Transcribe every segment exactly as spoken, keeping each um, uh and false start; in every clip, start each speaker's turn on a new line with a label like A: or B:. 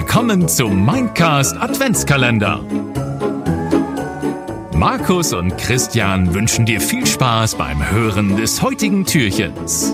A: Willkommen zum Mindcast Adventskalender. Markus und Christian wünschen dir viel Spaß beim Hören des heutigen Türchens.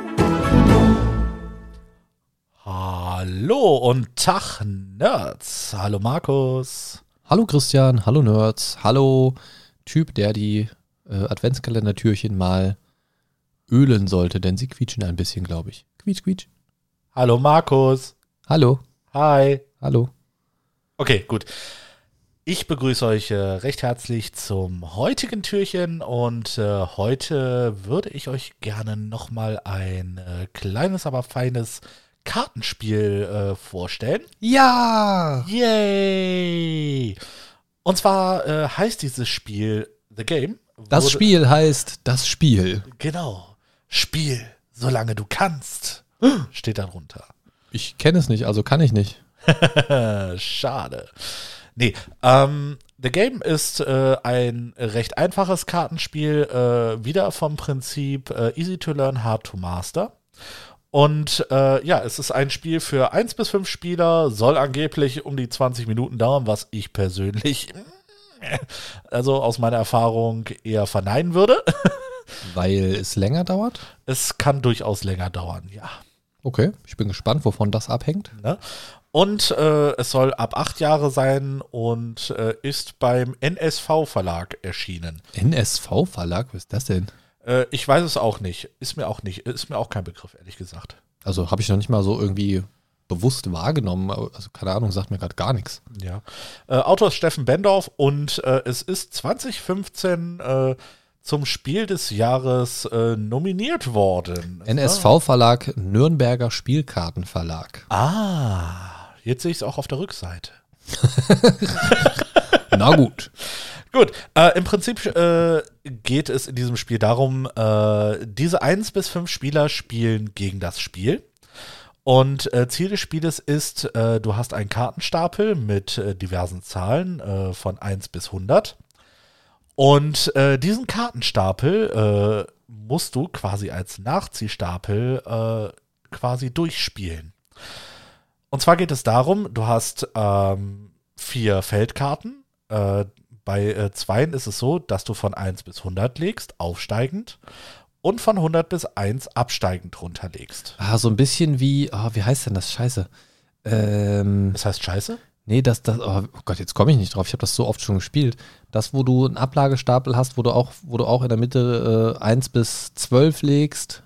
B: Hallo und Tag, Nerds. Hallo Markus.
C: Hallo Christian, hallo Nerds, hallo Typ, der die äh, Adventskalender-Türchen mal ölen sollte, denn sie quietschen ein bisschen, glaube ich. Quietsch, quietsch.
B: Hallo Markus.
C: Hallo.
B: Hi.
C: Hallo.
B: Okay, gut. Ich begrüße euch äh, recht herzlich zum heutigen Türchen und äh, heute würde ich euch gerne nochmal ein äh, kleines, aber feines Kartenspiel äh, vorstellen.
C: Ja!
B: Yay! Und zwar äh, heißt dieses Spiel The Game.
C: Das
B: Wurde-
C: Spiel heißt das Spiel.
B: Genau. Spiel, solange du kannst. Steht da drunter.
C: Ich kenne es nicht, also kann ich nicht.
B: Schade. Nee, ähm, The Game ist äh, ein recht einfaches Kartenspiel, äh, wieder vom Prinzip äh, easy to learn, hard to master. Und äh, ja, es ist ein Spiel für eins bis fünf Spieler, soll angeblich um die zwanzig Minuten dauern, was ich persönlich, also aus meiner Erfahrung, eher verneinen würde.
C: Weil es länger dauert?
B: Es kann durchaus länger dauern, ja.
C: Okay, ich bin gespannt, wovon das abhängt.
B: Ne? Und äh, es soll ab acht Jahre sein und äh, ist beim N S V-Verlag erschienen.
C: N S V-Verlag, was ist das denn?
B: Äh, ich weiß es auch nicht. Ist mir auch nicht, ist mir auch kein Begriff, ehrlich gesagt.
C: Also habe ich noch nicht mal so irgendwie bewusst wahrgenommen. Also keine Ahnung, sagt mir gerade gar nichts.
B: Ja. Äh, Autor ist Steffen Bendorf und äh, es ist zwanzig fünfzehn äh, zum Spiel des Jahres äh, nominiert worden.
C: N S V-Verlag, Nürnberger Spielkartenverlag.
B: Ah, jetzt sehe ich es auch auf der Rückseite.
C: Na gut.
B: Gut, äh, im Prinzip äh, geht es in diesem Spiel darum, äh, diese eins bis fünf Spieler spielen gegen das Spiel. Und äh, Ziel des Spieles ist, äh, du hast einen Kartenstapel mit äh, diversen Zahlen äh, von eins bis hundert. Und äh, diesen Kartenstapel äh, musst du quasi als Nachziehstapel äh, quasi durchspielen. Und zwar geht es darum, du hast ähm, vier Feldkarten. Äh, bei äh, zweien ist es so, dass du von eins bis hundert legst, aufsteigend, und von hundert bis eins absteigend runterlegst.
C: Ah, so ein bisschen wie, oh, wie heißt denn das? Scheiße. Ähm,
B: Das heißt Scheiße?
C: nee, das, das, oh Gott, jetzt komme ich nicht drauf. Ich habe das so oft schon gespielt. Das, wo du einen Ablagestapel hast, wo du auch, wo du auch in der Mitte äh, eins bis zwölf legst.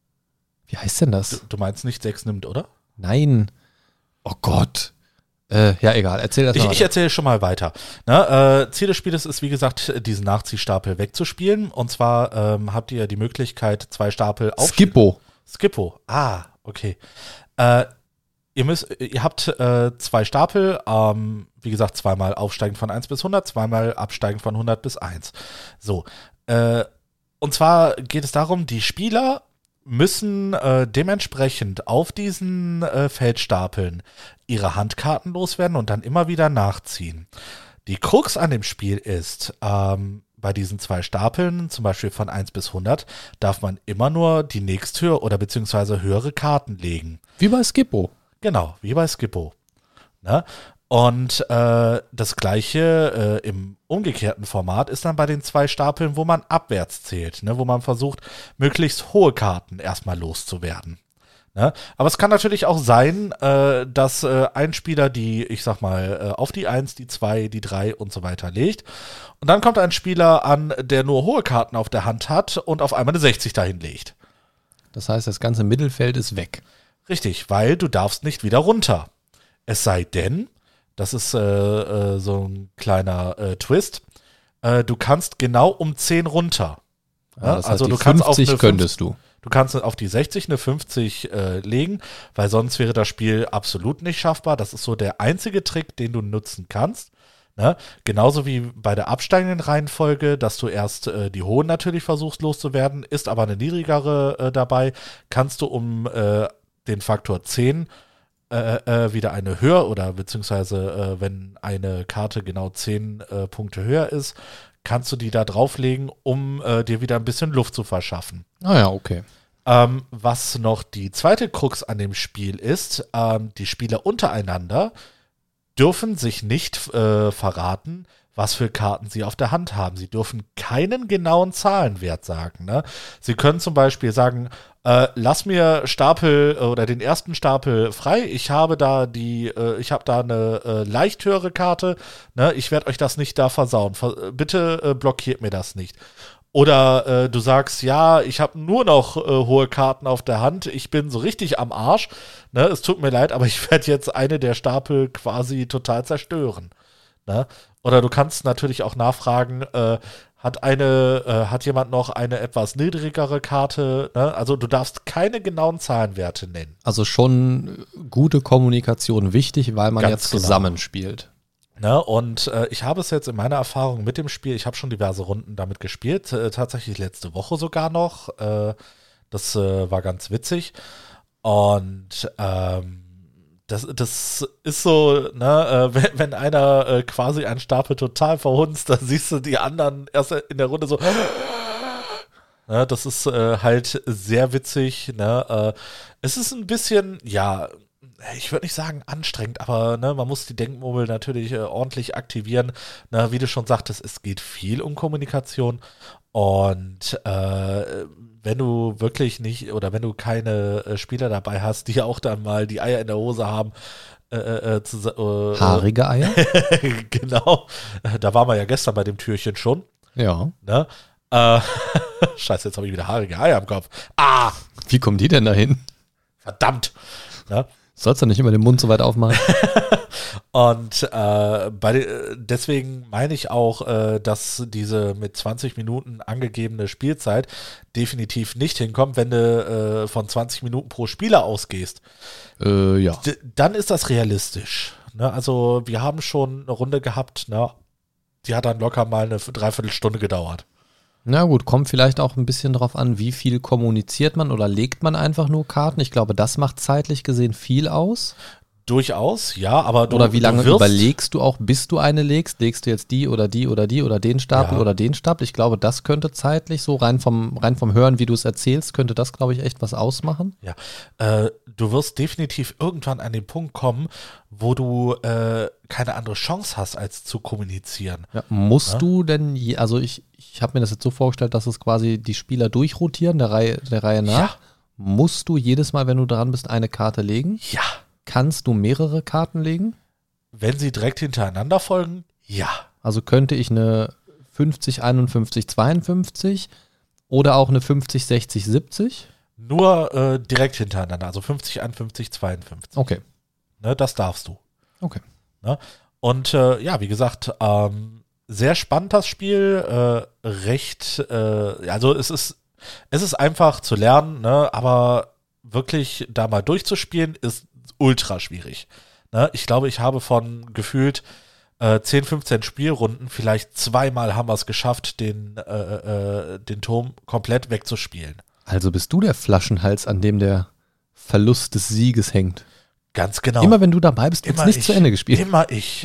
C: Wie heißt denn das?
B: Du, du meinst nicht sechs nimmt, oder?
C: Nein. Oh Gott. Äh, ja, egal. Erzähl das
B: Ich,
C: mal.
B: ich erzähle schon mal weiter. Ne, äh, Ziel des Spieles ist, wie gesagt, diesen Nachziehstapel wegzuspielen. Und zwar ähm, habt ihr die Möglichkeit, zwei Stapel auf...
C: Skippo.
B: Skippo. Ah, okay. Äh, ihr müsst, ihr habt äh, zwei Stapel, ähm, wie gesagt, zweimal aufsteigend von eins bis hundert, zweimal absteigend von hundert bis eins. So. Äh, und zwar geht es darum, die Spieler müssen äh, dementsprechend auf diesen äh, Feldstapeln ihre Handkarten loswerden und dann immer wieder nachziehen. Die Krux an dem Spiel ist, ähm, bei diesen zwei Stapeln, zum Beispiel von eins bis hundert, darf man immer nur die nächsthöhere oder beziehungsweise höhere Karten legen.
C: Wie bei Skippo.
B: Genau, wie bei Skippo. Ne? Und äh, das gleiche äh, im umgekehrten Format ist dann bei den zwei Stapeln, wo man abwärts zählt, ne? Wo man versucht, möglichst hohe Karten erstmal loszuwerden. Ne? Aber es kann natürlich auch sein, äh, dass äh, ein Spieler die, ich sag mal, äh, auf die eins, die zwei, die drei und so weiter legt. Und dann kommt ein Spieler an, der nur hohe Karten auf der Hand hat und auf einmal eine sechzig dahin legt.
C: Das heißt, das ganze Mittelfeld ist weg.
B: Richtig, weil du darfst nicht wieder runter. Es sei denn, das ist äh, äh, so ein kleiner äh, Twist, äh, du kannst genau um zehn runter.
C: Ja, das heißt,
B: also
C: die
B: du kannst auf
C: fünfzig
B: eine
C: könntest du.
B: Du kannst auf die sechzig eine fünfzig äh, legen, weil sonst wäre das Spiel absolut nicht schaffbar. Das ist so der einzige Trick, den du nutzen kannst. Ne? Genauso wie bei der absteigenden Reihenfolge, dass du erst äh, die hohen natürlich versuchst loszuwerden, ist aber eine niedrigere äh, dabei, kannst du um äh, den Faktor zehn äh, äh, wieder eine höher oder beziehungsweise äh, wenn eine Karte genau zehn äh, Punkte höher ist, kannst du die da drauflegen, um äh, dir wieder ein bisschen Luft zu verschaffen.
C: Ah ja, okay.
B: Ähm, was noch die zweite Krux an dem Spiel ist, ähm, die Spieler untereinander dürfen sich nicht äh, verraten, was für Karten sie auf der Hand haben. Sie dürfen keinen genauen Zahlenwert sagen. Ne? Sie können zum Beispiel sagen, äh, lass mir Stapel äh, oder den ersten Stapel frei. Ich habe da die, äh, ich habe da eine äh, leicht höhere Karte. Ne? Ich werde euch das nicht da versauen. Ver- bitte äh, blockiert mir das nicht. Oder äh, du sagst, ja, ich habe nur noch äh, hohe Karten auf der Hand, ich bin so richtig am Arsch, ne? Es tut mir leid, aber ich werde jetzt eine der Stapel quasi total zerstören. Ne? Oder du kannst natürlich auch nachfragen, äh, hat eine, äh, hat jemand noch eine etwas niedrigere Karte? Ne? Also du darfst keine genauen Zahlenwerte nennen.
C: Also schon gute Kommunikation wichtig, weil man
B: Ganz
C: jetzt
B: genau.
C: zusammenspielt.
B: Ne, und äh, ich habe es jetzt in meiner Erfahrung mit dem Spiel, ich habe schon diverse Runden damit gespielt, äh, tatsächlich letzte Woche sogar noch. Äh, das äh, war ganz witzig. Und ähm, das, das ist so, ne, äh, wenn, wenn einer äh, quasi einen Stapel total verhunzt, dann siehst du die anderen erst in der Runde so. Ne, das ist äh, halt sehr witzig. Ne? Äh, es ist ein bisschen, ja. Ich würde nicht sagen anstrengend, aber ne, man muss die Denkmurmel natürlich äh, ordentlich aktivieren. Na, wie du schon sagtest, es geht viel um Kommunikation. Und äh, wenn du wirklich nicht oder wenn du keine äh, Spieler dabei hast, die auch dann mal die Eier in der Hose haben, äh, äh, zu, äh,
C: Haarige Eier?
B: Genau, da waren wir ja gestern bei dem Türchen schon.
C: Ja.
B: Ne? Äh, Scheiße, jetzt habe ich wieder haarige Eier im Kopf. Ah,
C: Wie kommen die denn dahin?
B: verdammt. Ne?
C: Sollst du nicht immer den Mund so weit aufmachen?
B: Und äh, bei, deswegen meine ich auch, äh, dass diese mit zwanzig Minuten angegebene Spielzeit definitiv nicht hinkommt, wenn du äh, von zwanzig Minuten pro Spieler ausgehst.
C: Äh, ja.
B: D- dann ist das realistisch. Ne? Also wir haben schon eine Runde gehabt, ne? Die hat dann locker mal eine Dreiviertelstunde gedauert.
C: Na gut, kommt vielleicht auch ein bisschen drauf an, wie viel kommuniziert man oder legt man einfach nur Karten. Ich glaube, das macht zeitlich gesehen viel aus.
B: Durchaus, ja, aber du,
C: Oder wie lange
B: du wirst,
C: überlegst du auch, bis du eine legst? Legst du jetzt die oder die oder die oder den Stapel
B: Ja.
C: oder den Stapel? Ich glaube, das könnte zeitlich so rein vom, rein vom Hören, wie du es erzählst, könnte das, glaube ich, echt was ausmachen.
B: Ja, äh, du wirst definitiv irgendwann an den Punkt kommen, wo du äh, keine andere Chance hast, als zu kommunizieren.
C: Ja, musst
B: Ja.
C: du denn, je, also ich, ich habe mir das jetzt so vorgestellt, dass es quasi die Spieler durchrotieren, der Reihe, der Reihe nach.
B: Ja.
C: Musst du jedes Mal, wenn du dran bist, eine Karte legen?
B: Ja,
C: Kannst du mehrere Karten legen?
B: wenn sie direkt hintereinander folgen, ja.
C: Also könnte ich eine fünfzig, einundfünfzig, zweiundfünfzig oder auch eine fünfzig, sechzig, siebzig?
B: Nur äh, direkt hintereinander, also fünfzig, einundfünfzig, zweiundfünfzig.
C: Okay,
B: Ne, das darfst du.
C: okay.
B: Ne? Und äh, ja, wie gesagt, ähm, sehr spannend das Spiel, äh, recht, äh, also es ist, es ist einfach zu lernen, ne? Aber wirklich da mal durchzuspielen ist ultra schwierig. Ne? Ich glaube, ich habe von gefühlt äh, zehn, fünfzehn Spielrunden, vielleicht zweimal haben wir es geschafft, den, äh, äh, den Turm komplett wegzuspielen.
C: Also bist du der Flaschenhals, an dem der Verlust des Sieges hängt.
B: Ganz genau.
C: Immer wenn du dabei bist, wird es
B: Immer
C: nicht
B: ich.
C: zu Ende gespielt.
B: Immer ich.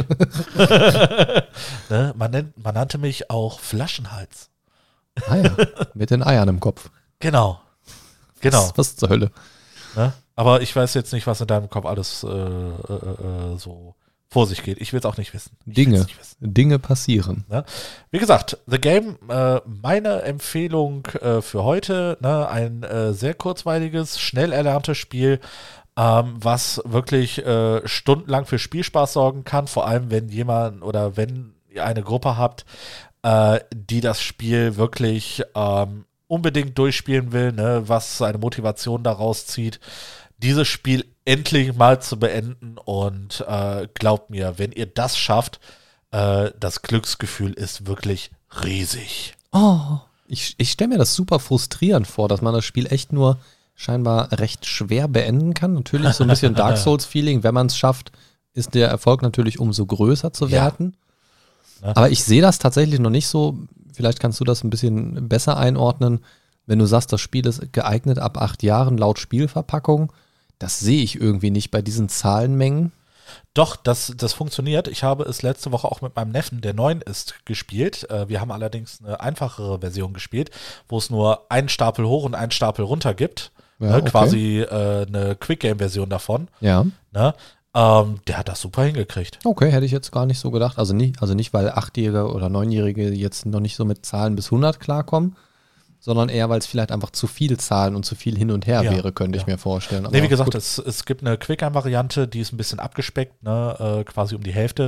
B: Ne? man, nennt, man nannte mich auch Flaschenhals.
C: Ah ja, mit den Eiern im Kopf.
B: Genau. Genau.
C: Was, was zur Hölle.
B: Ne? Aber ich weiß jetzt nicht, was in deinem Kopf alles äh, äh, äh, so vor sich geht. Ich will es auch nicht wissen. Ich will's
C: Dinge,
B: nicht wissen.
C: Dinge passieren.
B: Ne? Wie gesagt, The Game, äh, meine Empfehlung äh, für heute, ne? Ein äh, sehr kurzweiliges, schnell erlerntes Spiel, ähm, was wirklich äh, stundenlang für Spielspaß sorgen kann, vor allem wenn jemand oder wenn ihr eine Gruppe habt, äh, die das Spiel wirklich ähm, unbedingt durchspielen will, ne? Was seine Motivation daraus zieht, dieses Spiel endlich mal zu beenden. Und äh, glaubt mir, wenn ihr das schafft, äh, das Glücksgefühl ist wirklich riesig.
C: Oh, ich, ich stelle mir das super frustrierend vor, dass man das Spiel echt nur scheinbar recht schwer beenden kann. Natürlich so ein bisschen Dark Souls-Feeling. Wenn man es schafft, ist der Erfolg natürlich umso größer zu
B: Ja.
C: werten.
B: Ne?
C: Aber ich sehe das tatsächlich noch nicht so. Vielleicht kannst du das ein bisschen besser einordnen. Wenn du sagst, das Spiel ist geeignet ab acht Jahren laut Spielverpackung, das sehe ich irgendwie nicht bei diesen Zahlenmengen.
B: Doch, das, das funktioniert. Ich habe es letzte Woche auch mit meinem Neffen, der neun ist, gespielt. Äh, wir haben allerdings eine einfachere Version gespielt, wo es nur einen Stapel hoch und einen Stapel runter gibt.
C: Ja,
B: ne,
C: okay.
B: quasi äh, eine Quick-Game-Version davon.
C: Ja.
B: Ne? Ähm, der hat das super hingekriegt.
C: Okay, hätte ich jetzt gar nicht so gedacht. Also nicht, also nicht, weil Achtjährige oder Neunjährige jetzt noch nicht so mit Zahlen bis hundert klarkommen, sondern eher, weil es vielleicht einfach zu viel Zahlen und zu viel hin und her
B: Ja,
C: wäre, könnte ich
B: ja.
C: mir vorstellen.
B: Nee, wie gesagt,
C: gut.
B: es, es gibt eine Quick-Game-Variante, die ist ein bisschen abgespeckt, ne? äh, quasi um die Hälfte.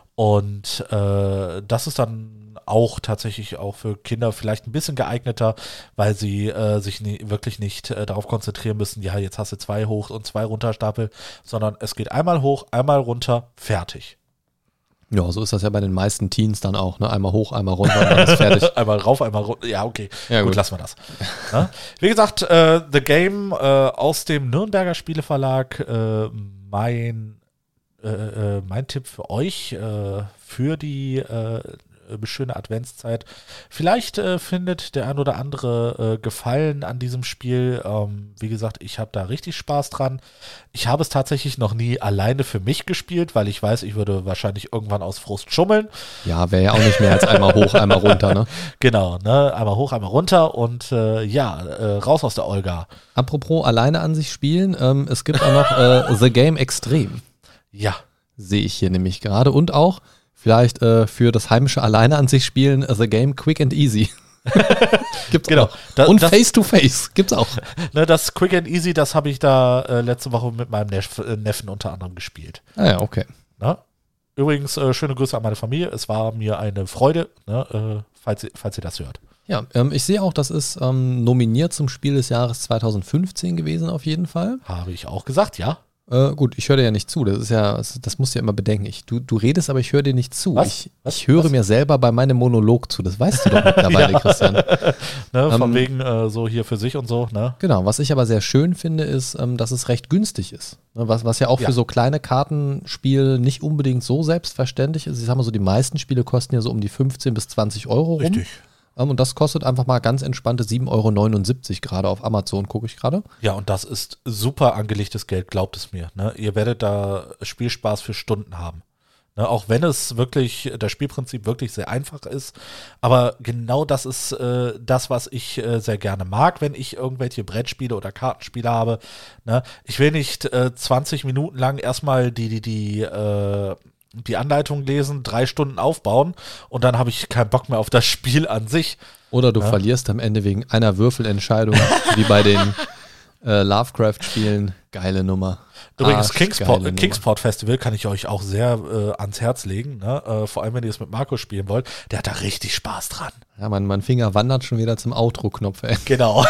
B: Und äh, das ist dann auch tatsächlich auch für Kinder vielleicht ein bisschen geeigneter, weil sie äh, sich nie, wirklich nicht äh, darauf konzentrieren müssen, ja, jetzt hast du zwei hoch und zwei runter Stapel, sondern es geht einmal hoch, einmal runter, fertig.
C: Ja, so ist das ja bei den meisten Teens dann auch, ne? Einmal hoch, einmal runter und dann ist fertig.
B: Einmal rauf, einmal runter. Ja, okay.
C: Ja,
B: gut,
C: gut.
B: lassen wir das. Ne? Wie gesagt, äh, The Game äh, aus dem Nürnberger Spieleverlag, äh, mein, äh, äh, mein Tipp für euch, äh, für die äh, schöne Adventszeit. Vielleicht äh, findet der ein oder andere äh, Gefallen an diesem Spiel. Ähm, wie gesagt, ich habe da richtig Spaß dran. Ich habe es tatsächlich noch nie alleine für mich gespielt, weil ich weiß, ich würde wahrscheinlich irgendwann aus Frust schummeln.
C: Ja, wäre ja auch nicht mehr als einmal hoch, einmal runter, ne?
B: Genau, ne? Einmal hoch, einmal runter und äh, ja, äh, raus aus der Olga.
C: Apropos alleine an sich spielen, ähm, es gibt auch noch äh, The Game Extrem,
B: Ja.
C: sehe ich hier nämlich gerade. Und auch vielleicht äh, für das heimische Alleine an sich spielen, äh, The Game Quick and Easy. Gibt's
B: Genau.
C: auch.
B: Da-
C: Und
B: das-
C: Face to Face gibt's auch.
B: Ne, das Quick and Easy, das habe ich da äh, letzte Woche mit meinem Neff, äh, Neffen unter anderem gespielt.
C: Ah ja, okay.
B: Ne? Übrigens, äh, schöne Grüße an meine Familie. Es war mir eine Freude, ne, äh, falls, ihr, falls ihr das hört.
C: Ja, ähm, ich sehe auch, das ist ähm, nominiert zum Spiel des Jahres zweitausendfünfzehn gewesen auf jeden Fall.
B: Habe ich auch gesagt, ja.
C: Äh, gut, ich höre dir ja nicht zu. Das ist ja, das, das musst du ja immer bedenken. Ich, du, du redest, aber ich höre dir nicht zu.
B: Was?
C: Ich,
B: Was?
C: ich höre
B: Was?
C: mir selber bei meinem Monolog zu. Das weißt du doch mittlerweile,
B: Ja.
C: Christian.
B: Ne, von
C: Ähm,
B: wegen äh, so hier für sich und so, ne?
C: Genau, was ich aber sehr schön finde, ist, ähm, dass es recht günstig ist. Ne, was, was ja auch
B: Ja.
C: für so kleine Kartenspiele nicht unbedingt so selbstverständlich ist. Ich sag mal so, die meisten Spiele kosten ja so um die fünfzehn bis zwanzig Euro rum.
B: Richtig.
C: Ähm, und das kostet einfach mal ganz entspannte sieben Euro neunundsiebzig gerade auf Amazon, gucke ich gerade.
B: Ja, und das ist super angelegtes Geld, glaubt es mir. Ne? Ihr werdet da Spielspaß für Stunden haben. Ne? Auch wenn es wirklich, das Spielprinzip wirklich sehr einfach ist. Aber genau das ist äh, das, was ich äh, sehr gerne mag, wenn ich irgendwelche Brettspiele oder Kartenspiele habe. Ne? Ich will nicht äh, zwanzig Minuten lang erstmal die, die, die, äh, die Anleitung lesen, drei Stunden aufbauen und dann habe ich keinen Bock mehr auf das Spiel an sich.
C: Oder du
B: Ja.
C: verlierst am Ende wegen einer Würfelentscheidung, wie bei den äh, Lovecraft-Spielen. Geile Nummer.
B: Übrigens,
C: Arschgeile
B: Kingsport,
C: Nummer.
B: Kingsport Festival kann ich euch auch sehr äh, ans Herz legen. Ne? Äh, vor allem, wenn ihr es mit Marco spielen wollt. Der hat da richtig Spaß dran.
C: Ja, mein, mein Finger wandert schon wieder zum Outro-Knopf. Ey.
B: Genau.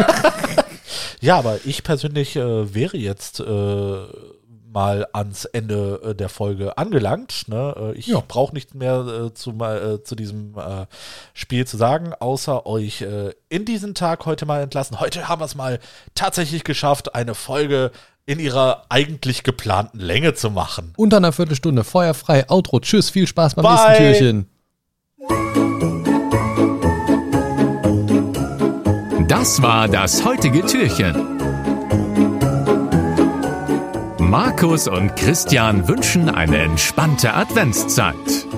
B: Ja, aber ich persönlich äh, wäre jetzt äh, mal ans Ende äh, der Folge angelangt. Ne? Äh, ich
C: Ja.
B: brauche nicht mehr äh, zu, mal, äh, zu diesem äh, Spiel zu sagen, außer euch äh, in diesen Tag heute mal entlassen. Heute haben wir es mal tatsächlich geschafft, eine Folge in ihrer eigentlich geplanten Länge zu machen.
C: Unter einer Viertelstunde, feuerfrei, Outro. Tschüss, viel Spaß beim
B: Bye.
C: nächsten Türchen.
A: Das war das heutige Türchen. Markus und Christian wünschen eine entspannte Adventszeit.